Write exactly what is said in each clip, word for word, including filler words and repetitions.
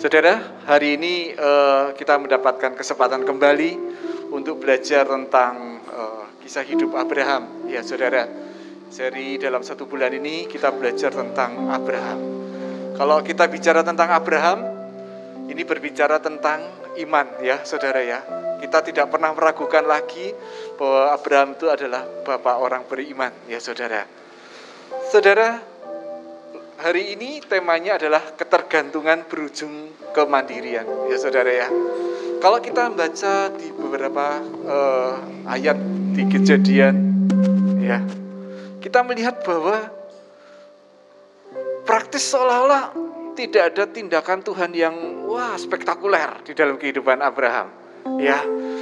Saudara, hari ini uh, kita mendapatkan kesempatan kembali untuk belajar tentang uh, kisah hidup Abraham. Ya saudara, seri dalam satu bulan ini kita belajar tentang Abraham. Kalau kita bicara tentang Abraham, ini berbicara tentang iman ya saudara ya. Kita tidak pernah meragukan lagi bahwa Abraham itu adalah bapak orang beriman ya saudara. Saudara, hari ini temanya adalah ketergantungan berujung kemandirian, ya saudara ya. Kalau kita baca di beberapa uh, ayat di Kejadian, ya, kita melihat bahwa praktis seolah-olah tidak ada tindakan Tuhan yang wah spektakuler di dalam kehidupan Abraham, ya.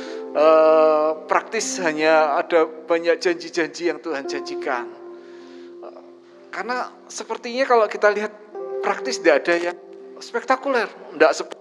Uh, praktis hanya ada banyak janji-janji yang Tuhan janjikan. Karena sepertinya kalau kita lihat praktis tidak ada yang spektakuler. Tidak seperti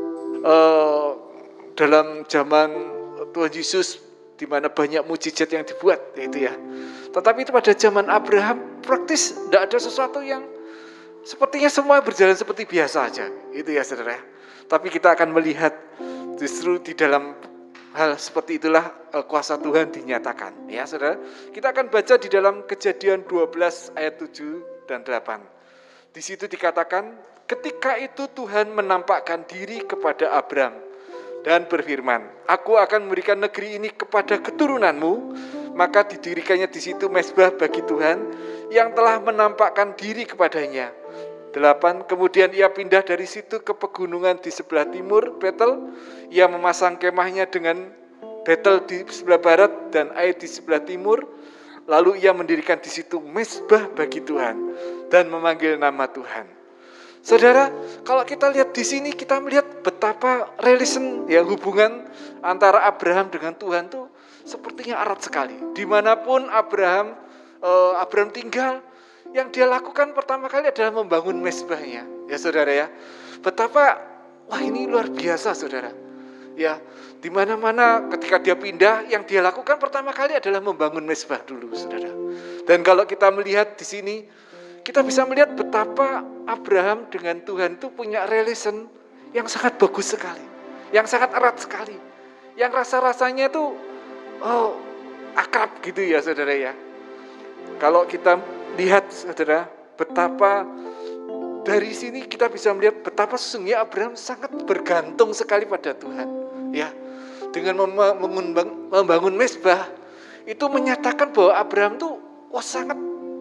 uh, dalam zaman Tuhan Yesus di mana banyak mujizat yang dibuat, itu ya. Tetapi itu pada zaman Abraham praktis tidak ada sesuatu yang sepertinya semua berjalan seperti biasa aja, itu ya saudara. Tapi kita akan melihat justru di dalam hal seperti itulah uh, kuasa Tuhan dinyatakan. Ya saudara, kita akan baca di dalam Kejadian dua belas ayat tujuh dan delapan. Di situ dikatakan, ketika itu Tuhan menampakkan diri kepada Abram dan berfirman, aku akan memberikan negeri ini kepada keturunanmu. Maka didirikannya di situ mezbah bagi Tuhan yang telah menampakkan diri kepadanya. Delapan, kemudian ia pindah dari situ ke pegunungan di sebelah timur Betel. Ia memasang kemahnya dengan Betel di sebelah barat dan Ai di sebelah timur. Lalu ia mendirikan di situ mezbah bagi Tuhan dan memanggil nama Tuhan. Saudara, kalau kita lihat di sini kita melihat betapa relation ya hubungan antara Abraham dengan Tuhan tuh sepertinya erat sekali. Dimanapun Abraham eh, Abraham tinggal, yang dia lakukan pertama kali adalah membangun mezbahnya, ya saudara ya. Betapa, wah ini luar biasa saudara. Ya, di mana-mana ketika dia pindah, yang dia lakukan pertama kali adalah membangun mezbah dulu, saudara. Dan kalau kita melihat di sini, kita bisa melihat betapa Abraham dengan Tuhan itu punya relation yang sangat bagus sekali, yang sangat erat sekali, yang rasa-rasanya itu oh akrab gitu ya saudara ya. Kalau kita lihat saudara, betapa dari sini kita bisa melihat betapa sesungguhnya Abraham sangat bergantung sekali pada Tuhan. Ya, dengan membangun, membangun mezbah itu menyatakan bahwa Abraham tuh wah sangat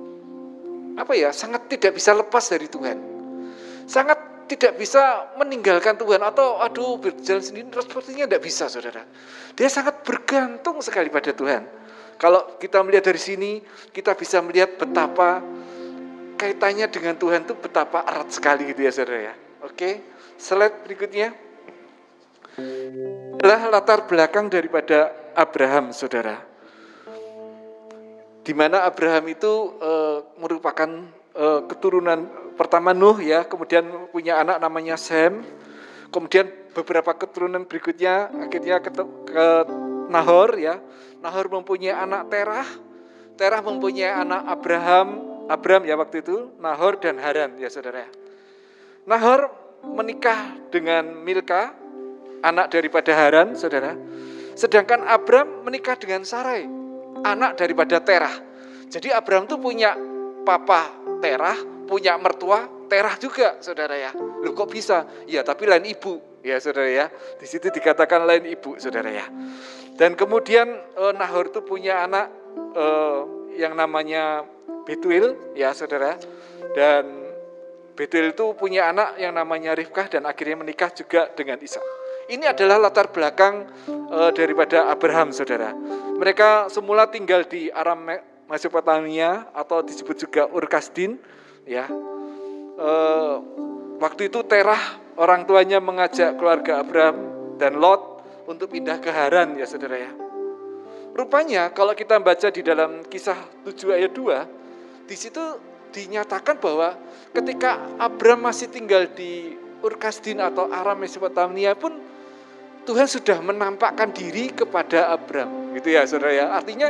apa ya, sangat tidak bisa lepas dari Tuhan, sangat tidak bisa meninggalkan Tuhan atau aduh berjalan sendiri sepertinya tidak bisa saudara. Dia sangat bergantung sekali pada Tuhan. Kalau kita melihat dari sini, kita bisa melihat betapa kaitannya dengan Tuhan itu betapa erat sekali gitu ya saudara ya. Oke, slide berikutnya adalah latar belakang daripada Abraham saudara. Di mana Abraham itu e, merupakan e, keturunan pertama Nuh ya, kemudian punya anak namanya Sem, kemudian beberapa keturunan berikutnya akhirnya ke, ke Nahor ya. Nahor mempunyai anak Terah, Terah mempunyai anak Abraham, Abram ya waktu itu, Nahor dan Haran ya saudara. Nahor menikah dengan Milka, anak daripada Haran saudara. Sedangkan Abram menikah dengan Sarai, anak daripada Terah. Jadi Abram tuh punya papa Terah, punya mertua Terah juga saudara ya. Loh kok bisa? Ya tapi lain ibu ya saudara ya. Di situ dikatakan lain ibu saudara ya. Dan kemudian eh, Nahor itu punya anak eh, yang namanya Betuel ya saudara. Dan Betuel itu punya anak yang namanya Rifkah dan akhirnya menikah juga dengan Ishak. Ini adalah latar belakang eh, daripada Abraham saudara. Mereka semula tinggal di Aram Mesopotamia atau disebut juga Ur-Kasdin ya. Eh, waktu itu Terah orang tuanya mengajak keluarga Abraham dan Lot untuk pindah ke Haran ya saudara ya. Rupanya kalau kita baca di dalam Kisah tujuh ayat dua, di situ dinyatakan bahwa ketika Abram masih tinggal di Ur-Kasdin atau Aram Mesopotamia pun Tuhan sudah menampakkan diri kepada Abram gitu ya saudara ya. Artinya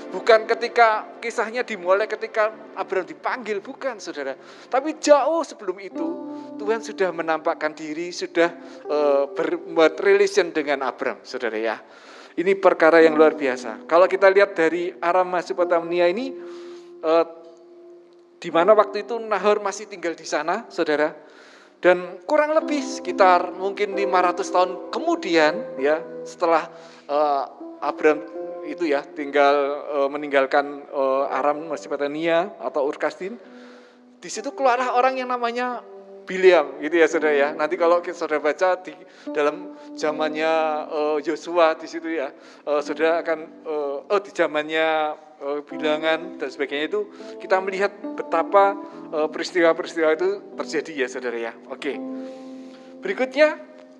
Bukan ketika kisahnya dimulai ketika Abraham dipanggil, bukan saudara. Tapi jauh sebelum itu Tuhan sudah menampakkan diri, sudah uh, berbuat relation dengan Abraham, saudara ya. Ini perkara yang luar biasa. Kalau kita lihat dari Aram Mesopotamia ini, uh, di mana waktu itu Nahor masih tinggal di sana, saudara. Dan kurang lebih sekitar mungkin lima ratus tahun kemudian, ya, setelah uh, Abraham itu ya tinggal uh, meninggalkan uh, Aram Mesopotamia atau Ur-Kasdim, di situ keluarlah orang yang namanya Bileam, gitu ya saudara ya. Nanti kalau saudara baca di dalam zamannya uh, Yosua di situ ya, uh, saudara akan uh, oh di zamannya uh, Bilangan dan sebagainya itu kita melihat betapa uh, peristiwa-peristiwa itu terjadi ya saudara ya. Oke, berikutnya,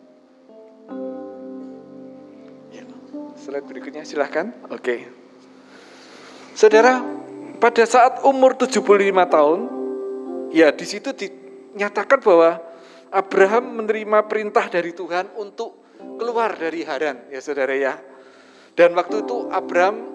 ya, slide berikutnya silahkan. Oke, saudara, pada saat umur tujuh puluh lima tahun, ya di situ di nyatakan bahwa Abraham menerima perintah dari Tuhan untuk keluar dari Haran, ya saudara ya. Dan waktu itu Abraham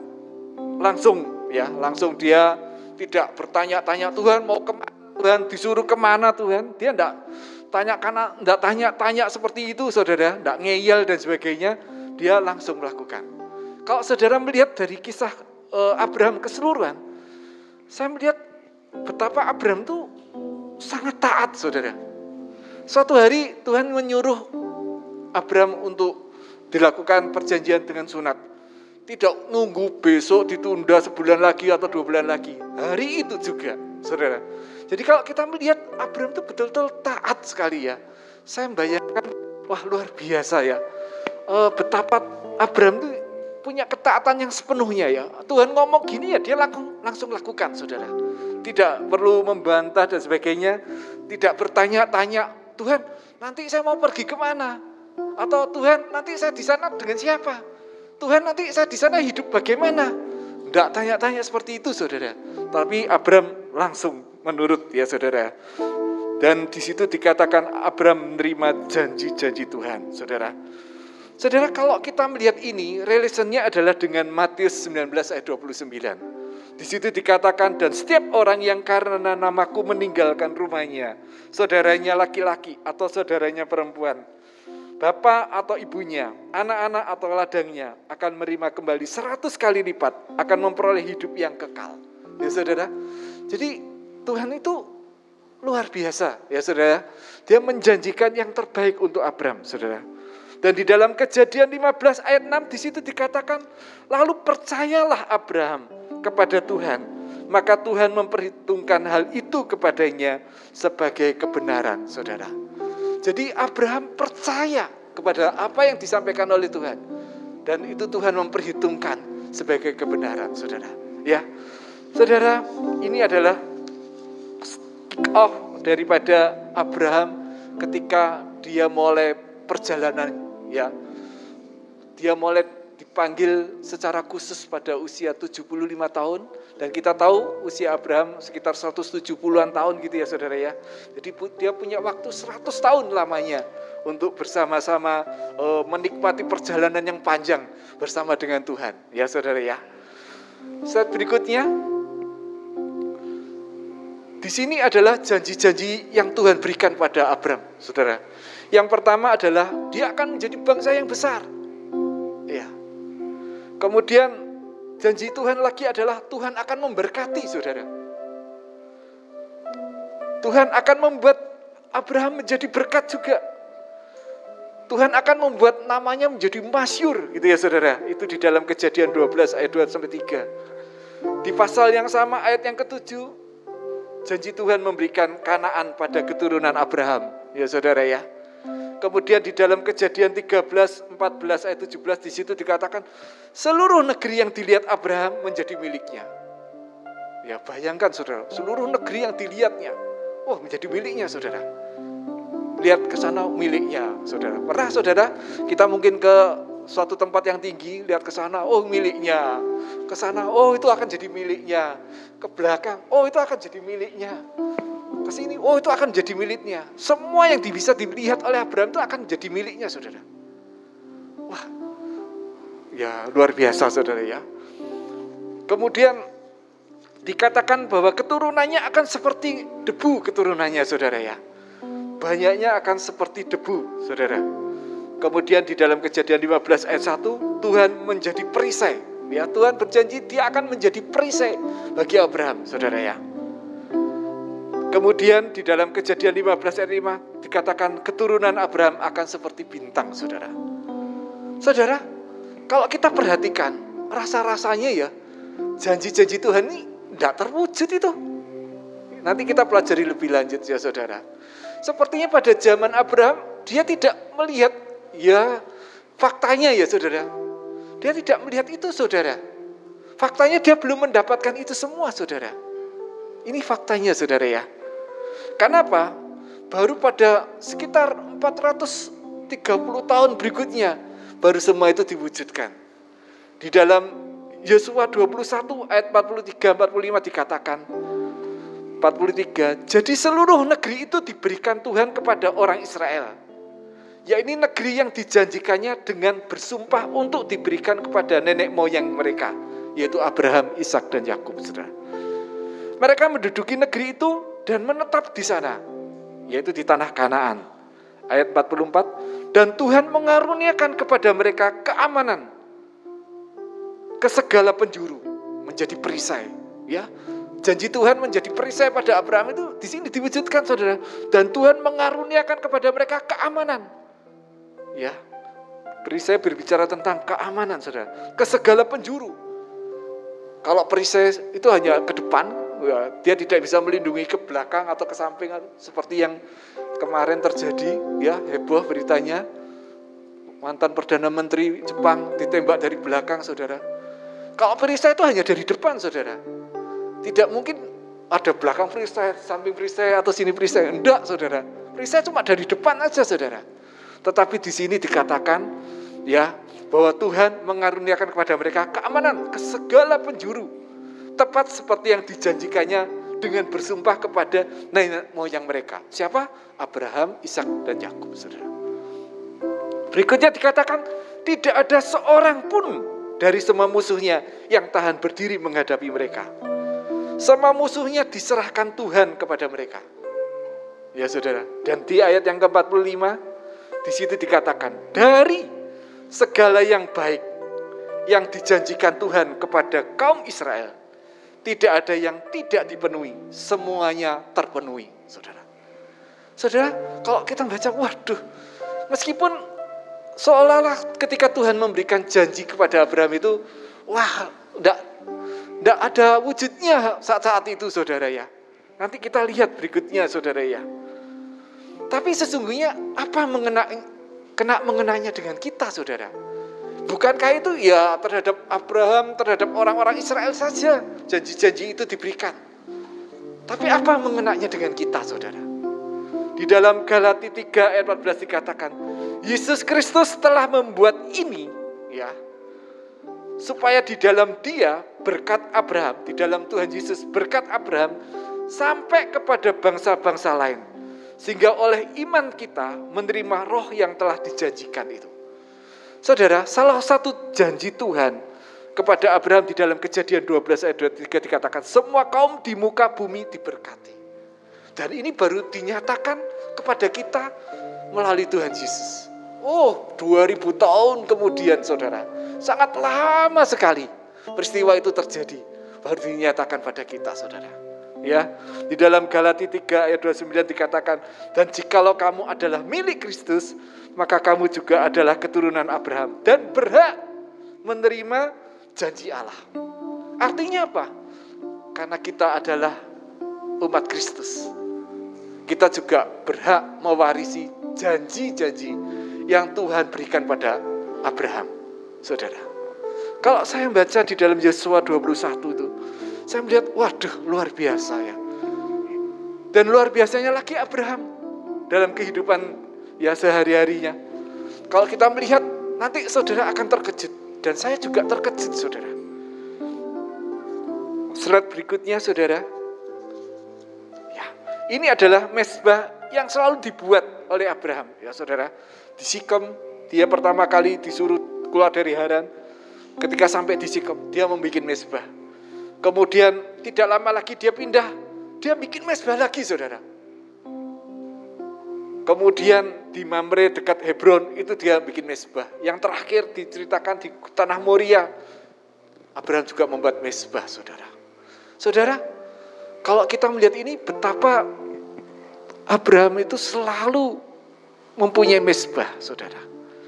langsung ya, langsung dia tidak bertanya-tanya Tuhan mau kemana, Tuhan disuruh kemana Tuhan. Dia tidak tanya karena tidak tanya-tanya seperti itu saudara, tidak ngeyel dan sebagainya. Dia langsung melakukan. Kalau saudara melihat dari kisah uh, Abraham keseluruhan, saya melihat betapa Abraham tuh sangat taat saudara. Suatu hari Tuhan menyuruh Abraham untuk dilakukan perjanjian dengan sunat. Tidak nunggu besok ditunda sebulan lagi atau dua bulan lagi. Hari itu juga saudara. Jadi kalau kita melihat Abraham itu betul-betul taat sekali ya. Saya membayangkan, wah luar biasa ya. E, betapa Abraham itu punya ketaatan yang sepenuhnya ya. Tuhan ngomong gini ya dia langsung, langsung lakukan saudara. Tidak perlu membantah dan sebagainya. Tidak bertanya-tanya, Tuhan nanti saya mau pergi kemana? Atau Tuhan nanti saya di sana dengan siapa? Tuhan nanti saya di sana hidup bagaimana? Tidak tanya-tanya seperti itu saudara. Tapi Abraham langsung menurut ya saudara. Dan di situ dikatakan Abraham menerima janji-janji Tuhan saudara. Saudara, kalau kita melihat ini, relationnya adalah dengan Matius sembilan belas ayat dua puluh sembilan. Di situ dikatakan, dan setiap orang yang karena namaku meninggalkan rumahnya, saudaranya laki-laki atau saudaranya perempuan, bapak atau ibunya, anak-anak atau ladangnya, akan menerima kembali seratus kali lipat, akan memperoleh hidup yang kekal. Ya saudara, jadi Tuhan itu luar biasa ya saudara. Dia menjanjikan yang terbaik untuk Abraham saudara. Dan di dalam Kejadian lima belas ayat enam di situ dikatakan, lalu percayalah Abraham kepada Tuhan, maka Tuhan memperhitungkan hal itu kepadanya sebagai kebenaran, saudara. Jadi Abraham percaya kepada apa yang disampaikan oleh Tuhan, dan itu Tuhan memperhitungkan sebagai kebenaran, saudara. Ya, saudara, ini adalah kick off daripada Abraham ketika dia mulai perjalanan. Ya, dia mulai dipanggil secara khusus pada usia tujuh puluh lima tahun. Dan kita tahu usia Abraham sekitar seratus tujuh puluhan tahun gitu ya saudara ya. Jadi dia punya waktu seratus tahun lamanya untuk bersama-sama e, menikmati perjalanan yang panjang bersama dengan Tuhan. Ya saudara ya. Slide berikutnya. Di sini adalah janji-janji yang Tuhan berikan pada Abraham, saudara. Yang pertama adalah dia akan menjadi bangsa yang besar. Ya. Kemudian janji Tuhan lagi adalah Tuhan akan memberkati, saudara. Tuhan akan membuat Abraham menjadi berkat juga. Tuhan akan membuat namanya menjadi masyhur, gitu ya saudara. Itu di dalam Kejadian dua belas ayat dua sampai tiga. Di pasal yang sama ayat yang ketujuh, janji Tuhan memberikan Kanaan pada keturunan Abraham, ya saudara ya. Kemudian di dalam Kejadian tiga belas, empat belas ayat tujuh belas di situ dikatakan seluruh negeri yang dilihat Abraham menjadi miliknya. Ya bayangkan saudara, seluruh negeri yang dilihatnya, wah menjadi miliknya saudara. Lihat ke sana miliknya saudara. Pernah saudara kita mungkin ke suatu tempat yang tinggi, lihat ke sana, oh miliknya. Ke sana, oh itu akan jadi miliknya. Ke belakang, oh itu akan jadi miliknya. Ke sini, oh itu akan jadi miliknya. Semua yang bisa dilihat oleh Abraham itu akan jadi miliknya, saudara. Wah, ya luar biasa, saudara ya. Kemudian dikatakan bahwa keturunannya akan seperti debu keturunannya, saudara ya. Banyaknya akan seperti debu, saudara. Kemudian di dalam Kejadian lima belas ayat satu, Tuhan menjadi perisai. Ya, Tuhan berjanji dia akan menjadi perisai bagi Abraham, saudara ya. Kemudian di dalam Kejadian lima belas ayat lima dikatakan keturunan Abraham akan seperti bintang, saudara. Saudara, kalau kita perhatikan rasa-rasanya ya, janji-janji Tuhan ini tidak terwujud itu. Nanti kita pelajari lebih lanjut ya saudara. Sepertinya pada zaman Abraham dia tidak melihat ya faktanya ya saudara. Dia tidak melihat itu saudara. Faktanya dia belum mendapatkan itu semua saudara. Ini faktanya saudara ya. Kenapa? Baru pada sekitar empat ratus tiga puluh tahun berikutnya baru semua itu diwujudkan. Di dalam Yosua dua puluh satu ayat empat puluh tiga empat puluh lima dikatakan empat puluh tiga, jadi seluruh negeri itu diberikan Tuhan kepada orang Israel. Ya ini negeri yang dijanjikannya dengan bersumpah untuk diberikan kepada nenek moyang mereka, yaitu Abraham, Ishak dan Yakub. Mereka menduduki negeri itu dan menetap di sana, yaitu di tanah Kanaan. Ayat empat puluh empat, dan Tuhan mengaruniakan kepada mereka keamanan ke segala penjuru, menjadi perisai. Ya, janji Tuhan menjadi perisai pada Abraham itu di sini diwujudkan, saudara. Dan Tuhan mengaruniakan kepada mereka keamanan. Ya, perisai berbicara tentang keamanan, saudara, ke segala penjuru. Kalau perisai itu hanya ke depan, ya, dia tidak bisa melindungi ke belakang atau ke samping, seperti yang kemarin terjadi, ya heboh beritanya, mantan Perdana Menteri Jepang ditembak dari belakang, saudara. Kalau perisai itu hanya dari depan, saudara. Tidak mungkin ada belakang perisai, samping perisai, atau sini perisai. Enggak, saudara. Perisai cuma dari depan aja, saudara. Tetapi di sini dikatakan, ya, bahwa Tuhan mengaruniakan kepada mereka keamanan ke segala penjuru, tepat seperti yang dijanjikannya dengan bersumpah kepada nenek moyang mereka. Siapa? Abraham, Ishak dan Yakub, saudara. Berikutnya dikatakan tidak ada seorang pun dari semua musuhnya yang tahan berdiri menghadapi mereka. Semua musuhnya diserahkan Tuhan kepada mereka. Ya saudara. Dan di ayat yang ke empat puluh lima di situ dikatakan dari segala yang baik yang dijanjikan Tuhan kepada kaum Israel, tidak ada yang tidak dipenuhi, semuanya terpenuhi, saudara. Saudara, kalau kita baca, waduh, meskipun seolah-olah ketika Tuhan memberikan janji kepada Abraham itu, wah, enggak, enggak ada wujudnya saat-saat itu, saudara ya. Nanti kita lihat berikutnya, saudara ya. Tapi sesungguhnya apa mengena, kena mengenanya dengan kita, saudara? Bukankah itu ya terhadap Abraham, terhadap orang-orang Israel saja janji-janji itu diberikan. Tapi apa mengenanya dengan kita, saudara? Di dalam Galati tiga ayat empat belas dikatakan, Yesus Kristus telah membuat ini, ya, supaya di dalam Dia berkat Abraham, di dalam Tuhan Yesus berkat Abraham sampai kepada bangsa-bangsa lain, sehingga oleh iman kita menerima roh yang telah dijanjikan itu. Saudara, salah satu janji Tuhan kepada Abraham di dalam Kejadian dua belas ayat dua puluh tiga dikatakan, semua kaum di muka bumi diberkati. Dan ini baru dinyatakan kepada kita melalui Tuhan Yesus. Oh, dua ribu tahun kemudian, saudara. Sangat lama sekali peristiwa itu terjadi. Baru dinyatakan pada kita, saudara. Ya, di dalam Galati tiga ayat dua puluh sembilan dikatakan, dan jikalau kamu adalah milik Kristus, maka kamu juga adalah keturunan Abraham dan berhak menerima janji Allah. Artinya apa? Karena kita adalah umat Kristus, kita juga berhak mewarisi janji-janji yang Tuhan berikan pada Abraham, saudara. Kalau saya baca di dalam Yosua dua puluh satu itu, saya melihat, waduh, luar biasa ya. Dan luar biasanya lagi Abraham dalam kehidupan ya sehari-harinya. Kalau kita melihat, nanti saudara akan terkejut. Dan saya juga terkejut, saudara. Slide berikutnya, saudara. Ya, ini adalah mezbah yang selalu dibuat oleh Abraham, ya saudara. Di Sikem, dia pertama kali disuruh keluar dari Haran. Ketika sampai di Sikem, dia membuat mezbah. Kemudian tidak lama lagi dia pindah, dia bikin mezbah lagi, saudara. Kemudian di Mamre dekat Hebron itu dia bikin mezbah. Yang terakhir diceritakan di tanah Moria, Abraham juga membuat mezbah, saudara. Saudara, kalau kita melihat ini betapa Abraham itu selalu mempunyai mezbah, saudara.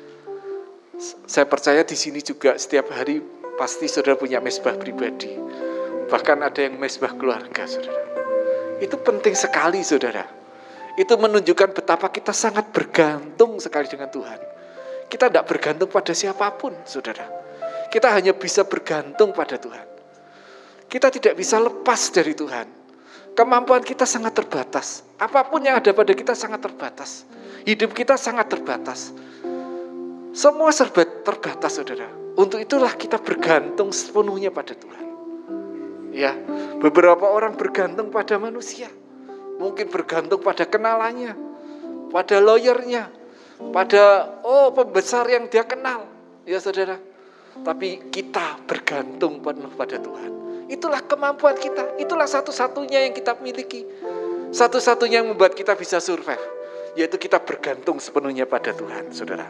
Saya percaya di sini juga setiap hari pasti saudara punya mezbah pribadi. Bahkan ada yang mezbah keluarga, saudara. Itu penting sekali, saudara. Itu menunjukkan betapa kita sangat bergantung sekali dengan Tuhan. Kita tidak bergantung pada siapapun, saudara. Kita hanya bisa bergantung pada Tuhan. Kita tidak bisa lepas dari Tuhan. Kemampuan kita sangat terbatas. Apapun yang ada pada kita sangat terbatas. Hidup kita sangat terbatas. Semua serba terbatas, saudara. Untuk itulah kita bergantung sepenuhnya pada Tuhan. Ya, beberapa orang bergantung pada manusia. Mungkin bergantung pada kenalannya, pada lawyernya, pada oh pembesar yang dia kenal. Ya, saudara. Tapi kita bergantung penuh pada Tuhan. Itulah kemampuan kita. Itulah satu-satunya yang kita miliki. Satu-satunya yang membuat kita bisa survive. Yaitu kita bergantung sepenuhnya pada Tuhan, saudara.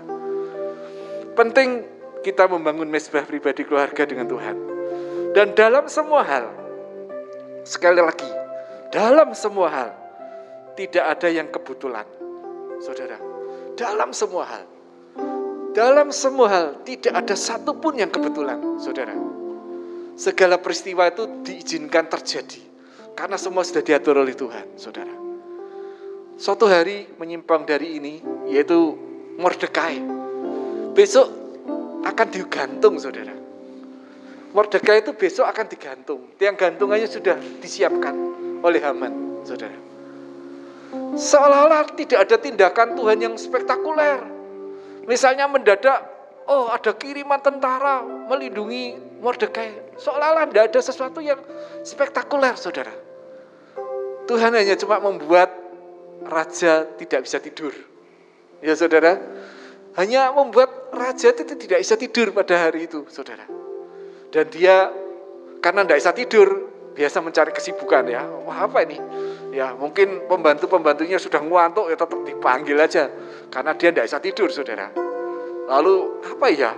Penting kita membangun mezbah pribadi keluarga dengan Tuhan. Dan dalam semua hal, sekali lagi, dalam semua hal, tidak ada yang kebetulan, saudara. Dalam semua hal, dalam semua hal, tidak ada satupun yang kebetulan, saudara. Segala peristiwa itu diizinkan terjadi, karena semua sudah diatur oleh Tuhan, saudara. Suatu hari menyimpang dari ini, yaitu Mordekai. Besok akan digantung, saudara. Mordekai itu besok akan digantung. Tiang gantungannya sudah disiapkan oleh Haman, saudara. Seolah-olah tidak ada tindakan Tuhan yang spektakuler. Misalnya mendadak, oh ada kiriman tentara melindungi Mordekai. Seolah-olah tidak ada sesuatu yang spektakuler, saudara. Tuhan hanya cuma membuat raja tidak bisa tidur. Ya, saudara. Hanya membuat raja itu tidak bisa tidur pada hari itu, saudara. Dan dia karena tidak bisa tidur, biasa mencari kesibukan, ya. Wah, apa ini? Ya, mungkin pembantu-pembantunya sudah ngantuk, ya tetap dipanggil aja. Karena dia tidak bisa tidur, saudara. Lalu, apa ya?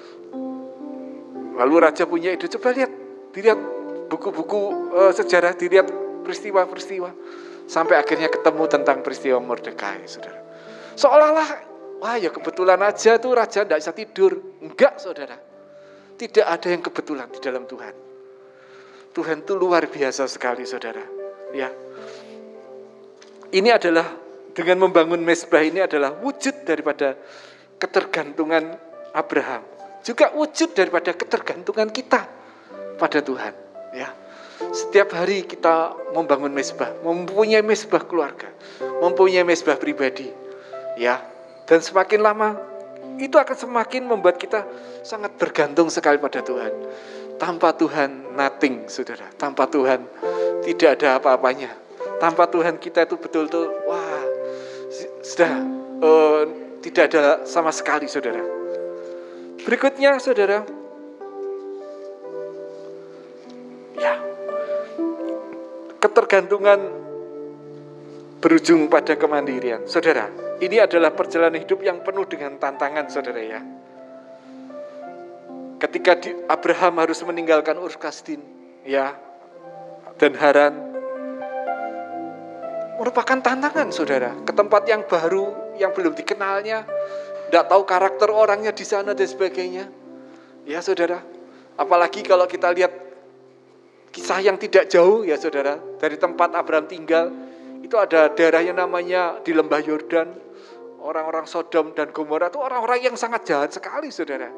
Lalu raja punya ide, coba lihat. Dilihat buku-buku uh, sejarah, dilihat peristiwa-peristiwa. Sampai akhirnya ketemu tentang peristiwa Mordekai, saudara. Seolah-olah, wah ya kebetulan aja tuh raja tidak bisa tidur. Enggak, saudara. Tidak ada yang kebetulan di dalam Tuhan. Tuhan itu luar biasa sekali, saudara. Ya, ini adalah dengan membangun mezbah ini adalah wujud daripada ketergantungan Abraham, juga wujud daripada ketergantungan kita pada Tuhan. Ya, setiap hari kita membangun mezbah, mempunyai mezbah keluarga, mempunyai mezbah pribadi. Ya, dan semakin lama itu akan semakin membuat kita sangat bergantung sekali pada Tuhan. Tanpa Tuhan nothing, saudara. Tanpa Tuhan tidak ada apa-apanya. Tanpa Tuhan kita itu betul-betul wah sudah uh, tidak ada sama sekali, saudara. Berikutnya, saudara, ya, ketergantungan berujung pada kemandirian, saudara. Ini adalah perjalanan hidup yang penuh dengan tantangan, saudara, ya. Ketika di, Abraham harus meninggalkan Ur Kasdim, ya, dan Haran, merupakan tantangan, saudara. Ke tempat yang baru, yang belum dikenalnya, tidak tahu karakter orangnya di sana dan sebagainya. Ya, saudara. Apalagi kalau kita lihat kisah yang tidak jauh, ya, saudara, dari tempat Abraham tinggal, itu ada daerah yang namanya di lembah Yordan. Orang-orang Sodom dan Gomora itu orang-orang yang sangat jahat sekali, saudara.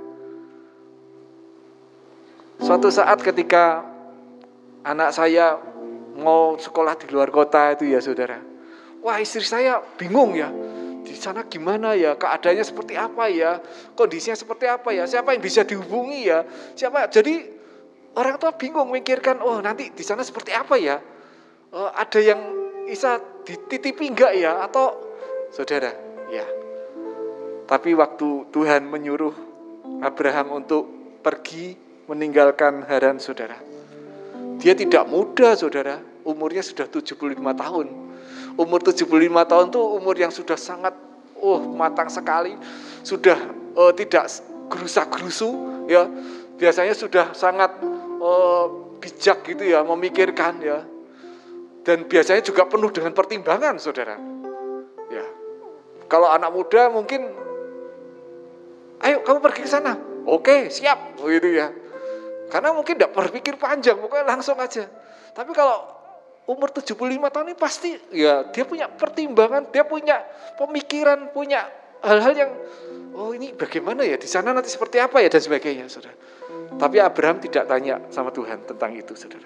Suatu saat ketika anak saya mau sekolah di luar kota itu, ya, saudara. Wah, istri saya bingung, ya. Di sana gimana ya? Keadaannya seperti apa ya? Kondisinya seperti apa ya? Siapa yang bisa dihubungi ya? Siapa? Jadi orang tua bingung memikirkan, oh nanti di sana seperti apa ya? Oh, ada yang bisa dititipi enggak ya? Atau saudara, ya. Tapi waktu Tuhan menyuruh Abraham untuk pergi meninggalkan Haran, saudara, Dia tidak muda, saudara. Umurnya sudah tujuh puluh lima tahun. Umur tujuh puluh lima tahun itu umur yang sudah sangat oh matang sekali. Sudah oh, tidak gerusa-gerusu ya. Biasanya sudah sangat oh, bijak gitu ya, memikirkan ya. Dan biasanya juga penuh dengan pertimbangan, saudara. Ya. Kalau anak muda mungkin, ayo kamu pergi ke sana. Oke, siap. Begitu ya. Karena mungkin tidak berpikir panjang, pokoknya langsung aja. Tapi kalau umur tujuh puluh lima tahun ini pasti ya dia punya pertimbangan, dia punya pemikiran, punya hal-hal yang oh ini bagaimana ya, di sana nanti seperti apa ya dan sebagainya, saudara. Tapi Abraham tidak tanya sama Tuhan tentang itu, saudara.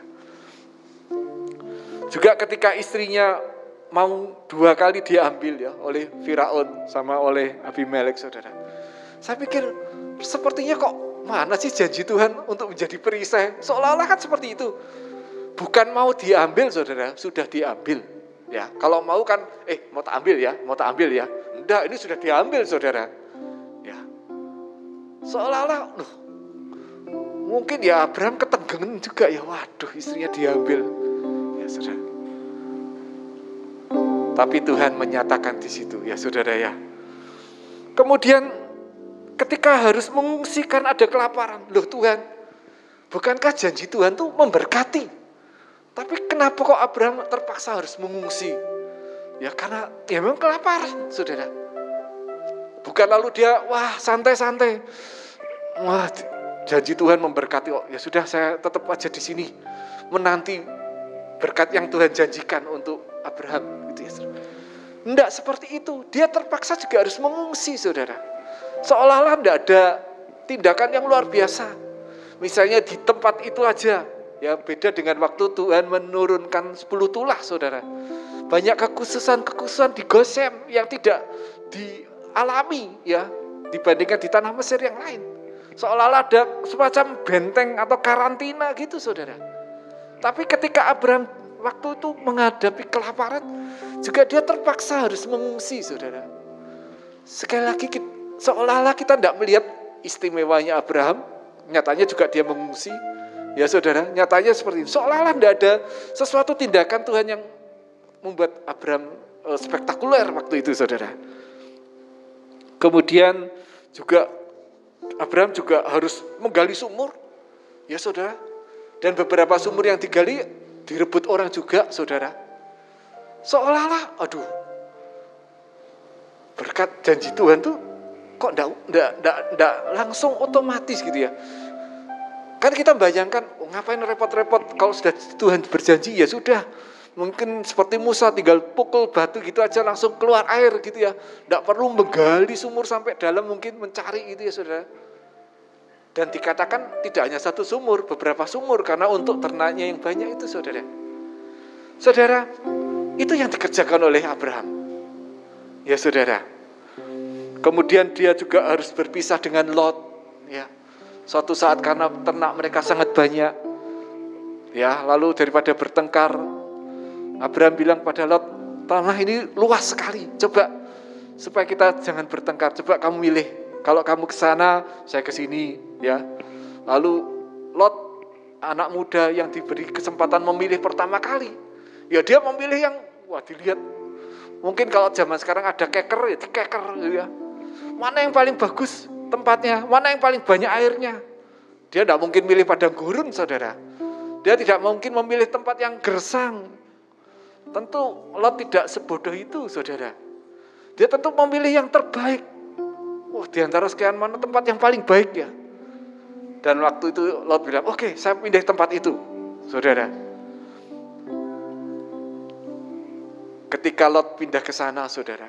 Juga ketika istrinya mau dua kali diambil ya oleh Firaun sama oleh Abimelek, saudara. Saya pikir sepertinya kok mana sih janji Tuhan untuk menjadi perisai? Seolah-olah kan seperti itu. Bukan mau diambil, saudara, sudah diambil. Ya, kalau mau kan, eh mau tak ambil ya, mau tak ambil ya. Enggak, ini sudah diambil, saudara. Ya, seolah-olah, loh, mungkin ya Abraham ketenggengan juga ya. Waduh, istrinya diambil. Ya, saudara. Tapi Tuhan menyatakan di situ, ya, saudara ya. Kemudian ketika harus mengungsi karena ada kelaparan. Loh Tuhan, bukankah janji Tuhan tuh memberkati? Tapi kenapa kok Abraham terpaksa harus mengungsi? Ya karena ya memang kelaparan, saudara. Bukan lalu dia, wah santai-santai. Wah janji Tuhan memberkati. Oh, ya sudah saya tetap aja di sini. Menanti berkat yang Tuhan janjikan untuk Abraham. Gitu ya, saudara. Enggak seperti itu. Dia terpaksa juga harus mengungsi, saudara. Seolah-olah tidak ada tindakan yang luar biasa. Misalnya di tempat itu aja, ya beda dengan waktu Tuhan menurunkan sepuluh tulah, saudara. Banyak kekhususan-kekhususan di Gosem yang tidak dialami ya dibandingkan di tanah Mesir yang lain. Seolah-olah ada semacam benteng atau karantina gitu, saudara. Tapi ketika Abraham waktu itu menghadapi kelaparan, juga dia terpaksa harus mengungsi, saudara. Sekali lagi kita seolah-olah kita tidak melihat istimewanya Abraham, nyatanya juga dia mengungsi. Ya saudara, nyatanya seperti itu. Seolah-olah tidak ada sesuatu tindakan Tuhan yang membuat Abraham uh, spektakuler waktu itu, saudara. Kemudian juga Abraham juga harus menggali sumur. Ya saudara. Dan beberapa sumur yang digali direbut orang juga, saudara. Seolah-olah, aduh, berkat janji Tuhan tuh kok enggak, enggak, enggak, enggak langsung otomatis gitu ya. Kan kita bayangkan, oh, ngapain repot-repot kalau sudah Tuhan berjanji ya sudah. Mungkin seperti Musa tinggal pukul batu gitu aja langsung keluar air gitu ya. Enggak perlu menggali sumur sampai dalam mungkin mencari gitu ya saudara. Dan dikatakan tidak hanya satu sumur, beberapa sumur karena untuk ternaknya yang banyak itu saudara. Saudara, itu yang dikerjakan oleh Abraham. Ya saudara. Kemudian dia juga harus berpisah dengan Lot, ya. Suatu saat karena ternak mereka sangat banyak, ya. Lalu daripada bertengkar, Abraham bilang pada Lot, tanah ini luas sekali. Coba supaya kita jangan bertengkar. Coba kamu milih. Kalau kamu ke sana, saya ke sini, ya. Lalu Lot, anak muda yang diberi kesempatan memilih pertama kali, ya dia memilih yang, wah dilihat. Mungkin kalau zaman sekarang ada keker, ya dikeker, ya. Mana yang paling bagus tempatnya, mana yang paling banyak airnya. Dia tidak mungkin milih padang gurun, saudara. Dia tidak mungkin memilih tempat yang gersang. Tentu Lot tidak sebodoh itu, saudara. Dia tentu memilih yang terbaik. Wah, di antara sekian mana tempat yang paling baik ya. Dan waktu itu Lot bilang, oke, okay, saya pindah tempat itu, saudara. Ketika Lot pindah ke sana, saudara,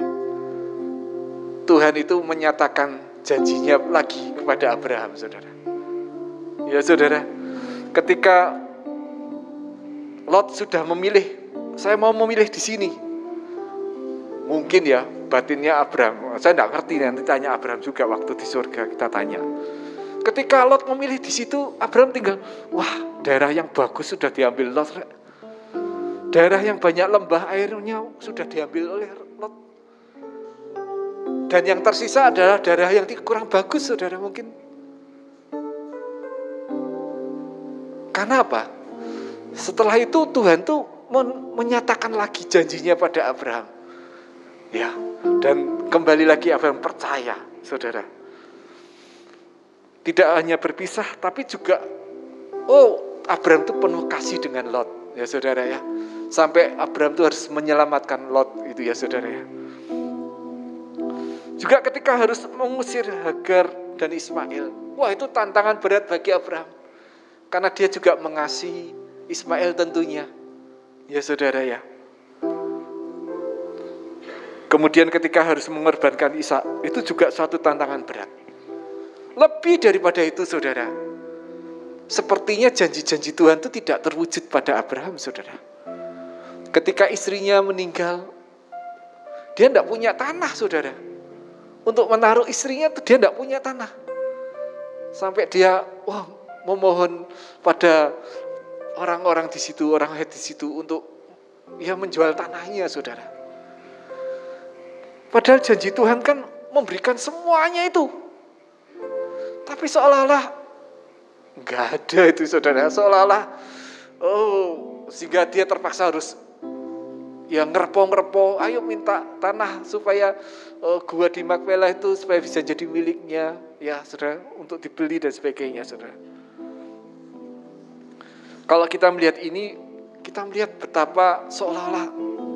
Tuhan itu menyatakan janjinya lagi kepada Abraham, saudara. Ya saudara, ketika Lot sudah memilih, saya mau memilih di sini. Mungkin ya batinnya Abraham, saya tidak ngerti, nanti tanya Abraham juga waktu di surga kita tanya. Ketika Lot memilih di situ, Abraham tinggal, wah daerah yang bagus sudah diambil Lot. Daerah yang banyak lembah airnya sudah diambil oleh Lot. Dan yang tersisa adalah daerah yang kurang bagus, saudara mungkin. Karena apa? Setelah itu Tuhan tuh men- menyatakan lagi janjinya pada Abraham. Ya, dan kembali lagi Abraham percaya, saudara. Tidak hanya berpisah, tapi juga, oh, Abraham tuh penuh kasih dengan Lot, ya saudara ya. Sampai Abraham tuh harus menyelamatkan Lot, itu ya saudara ya. Juga ketika harus mengusir Hagar dan Ismail, wah itu tantangan berat bagi Abraham. Karena dia juga mengasihi Ismail tentunya, ya saudara ya. Kemudian ketika harus mengorbankan Ishak, itu juga suatu tantangan berat. Lebih daripada itu saudara, sepertinya janji-janji Tuhan itu tidak terwujud pada Abraham saudara. Ketika istrinya meninggal, dia tidak punya tanah saudara. Untuk menaruh istrinya itu dia tidak punya tanah. Sampai dia wah, memohon pada orang-orang di situ, orang Het di situ untuk ya menjual tanahnya saudara. Padahal janji Tuhan kan memberikan semuanya itu. Tapi seolah-olah nggak ada itu saudara. Seolah-olah oh sehingga dia terpaksa harus ya ngerepo-ngerepo, ayo minta tanah supaya uh, gua di Makpelah itu supaya bisa jadi miliknya, ya saudara, untuk dibeli dan sebagainya, saudara. Kalau kita melihat ini, kita melihat betapa seolah-olah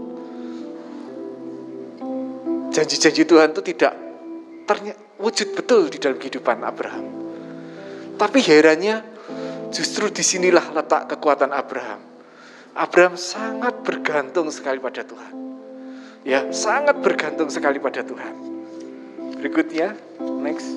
janji-janji Tuhan itu tidak terwujud betul di dalam kehidupan Abraham. Tapi herannya, justru disinilah letak kekuatan Abraham. Abraham sangat bergantung sekali pada Tuhan. Ya, sangat bergantung sekali pada Tuhan. Berikutnya, next.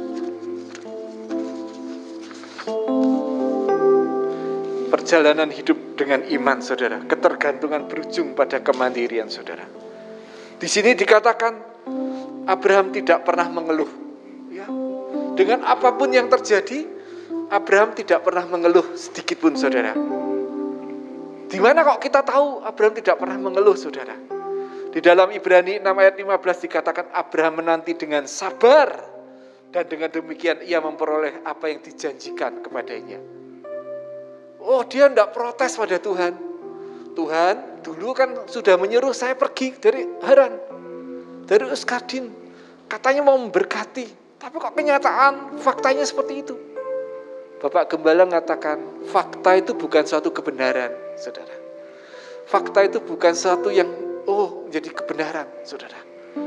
Perjalanan hidup dengan iman, saudara. Ketergantungan berujung pada kemandirian, saudara. Di sini dikatakan Abraham tidak pernah mengeluh. Ya, dengan apapun yang terjadi, Abraham tidak pernah mengeluh sedikit pun, saudara. Di mana kok kita tahu Abraham tidak pernah mengeluh, saudara? Di dalam Ibrani enam ayat lima belas dikatakan Abraham menanti dengan sabar dan dengan demikian ia memperoleh apa yang dijanjikan kepadanya. Oh, dia tidak protes pada Tuhan. Tuhan dulu kan sudah menyuruh saya pergi dari Haran, dari Uskadin. Katanya mau memberkati, tapi kok kenyataan faktanya seperti itu. Bapak Gembala mengatakan fakta itu bukan suatu kebenaran, saudara. Fakta itu bukan sesuatu yang oh menjadi kebenaran, saudara.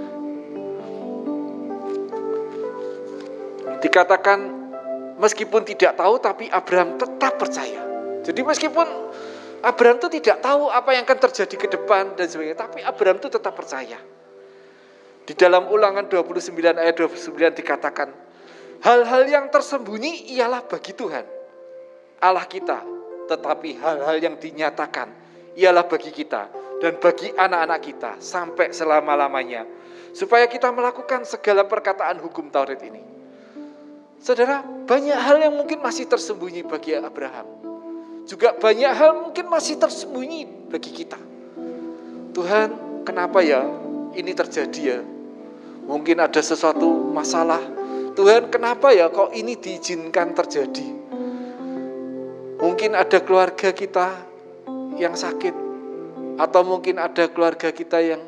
Dikatakan meskipun tidak tahu tapi Abraham tetap percaya. Jadi meskipun Abraham itu tidak tahu apa yang akan terjadi ke depan dan sebagainya, tapi Abraham itu tetap percaya. Di dalam Ulangan dua puluh sembilan ayat dua puluh sembilan dikatakan hal-hal yang tersembunyi ialah bagi Tuhan Allah kita, tetapi hal-hal yang dinyatakan ialah bagi kita dan bagi anak-anak kita sampai selama-lamanya, supaya kita melakukan segala perkataan hukum Taurat ini. Saudara, banyak hal yang mungkin masih tersembunyi bagi Abraham. Juga banyak hal mungkin masih tersembunyi bagi kita. Tuhan, kenapa ya ini terjadi ya? Mungkin ada sesuatu masalah. Tuhan, kenapa ya kok ini diizinkan terjadi? Mungkin ada keluarga kita yang sakit, atau mungkin ada keluarga kita yang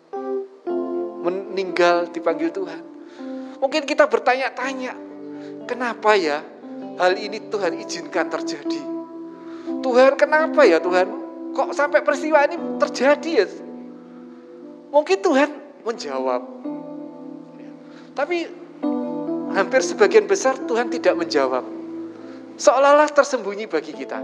meninggal dipanggil Tuhan. Mungkin kita bertanya-tanya, kenapa ya hal ini Tuhan izinkan terjadi? Tuhan, kenapa ya Tuhan kok sampai peristiwa ini terjadi ya? Mungkin Tuhan menjawab, tapi hampir sebagian besar Tuhan tidak menjawab. Seolah-olah tersembunyi bagi kita.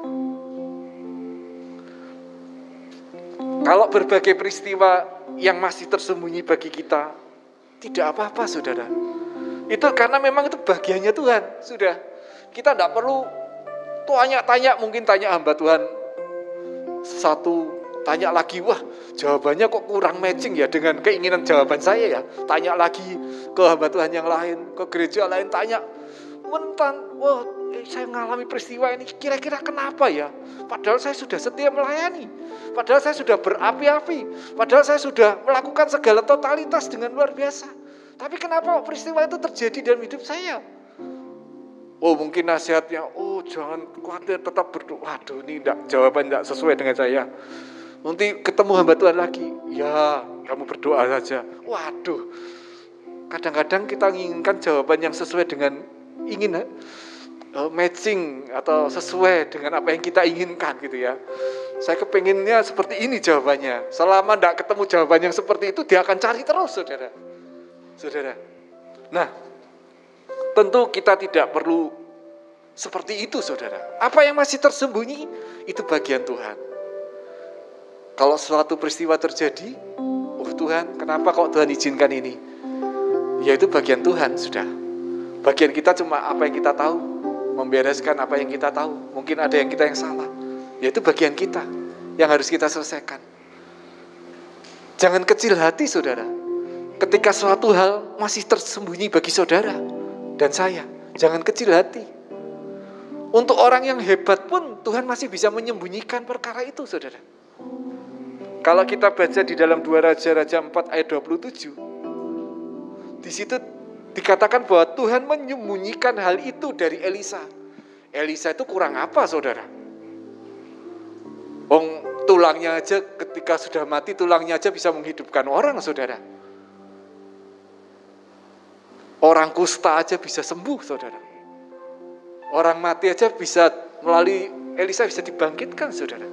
Kalau berbagai peristiwa yang masih tersembunyi bagi kita, tidak apa-apa, saudara. Itu karena memang itu bagiannya Tuhan. Sudah, kita tidak perlu tanya-tanya, mungkin tanya hamba Tuhan satu, tanya lagi, wah jawabannya kok kurang matching ya dengan keinginan jawaban saya ya. Tanya lagi ke hamba Tuhan yang lain, ke gereja lain, tanya, mentan, wah saya mengalami peristiwa ini, kira-kira kenapa ya? Padahal saya sudah setia melayani, padahal saya sudah berapi-api, padahal saya sudah melakukan segala totalitas dengan luar biasa. Tapi kenapa peristiwa itu terjadi dalam hidup saya? Oh mungkin nasihatnya, oh jangan khawatir, tetap berdoa. Waduh, ini enggak, jawaban tidak sesuai dengan saya. Nanti ketemu hamba Tuhan lagi, ya kamu berdoa saja. Waduh, kadang-kadang kita menginginkan jawaban yang sesuai dengan ingin uh, matching atau sesuai dengan apa yang kita inginkan gitu ya. Saya kepinginnya seperti ini jawabannya. Selama tidak ketemu jawaban yang seperti itu, dia akan cari terus, saudara. Saudara. Nah, tentu kita tidak perlu seperti itu, saudara. Apa yang masih tersembunyi, itu bagian Tuhan. Kalau suatu peristiwa terjadi, oh Tuhan, kenapa kok Tuhan izinkan ini? Ya itu bagian Tuhan, sudah. Bagian kita cuma apa yang kita tahu, membereskan apa yang kita tahu. Mungkin ada yang kita yang salah. Ya itu bagian kita yang harus kita selesaikan. Jangan kecil hati, saudara. Ketika suatu hal masih tersembunyi bagi saudara dan saya, jangan kecil hati. Untuk orang yang hebat pun Tuhan masih bisa menyembunyikan perkara itu, saudara. Kalau kita baca di dalam dua Raja-Raja empat ayat dua puluh tujuh, di situ dikatakan bahwa Tuhan menyembunyikan hal itu dari Elisa. Elisa itu kurang apa, saudara? Wong tulangnya aja ketika sudah mati, tulangnya aja bisa menghidupkan orang, saudara. Orang kusta aja bisa sembuh, saudara. Orang mati aja bisa melalui Elisa bisa dibangkitkan, saudara.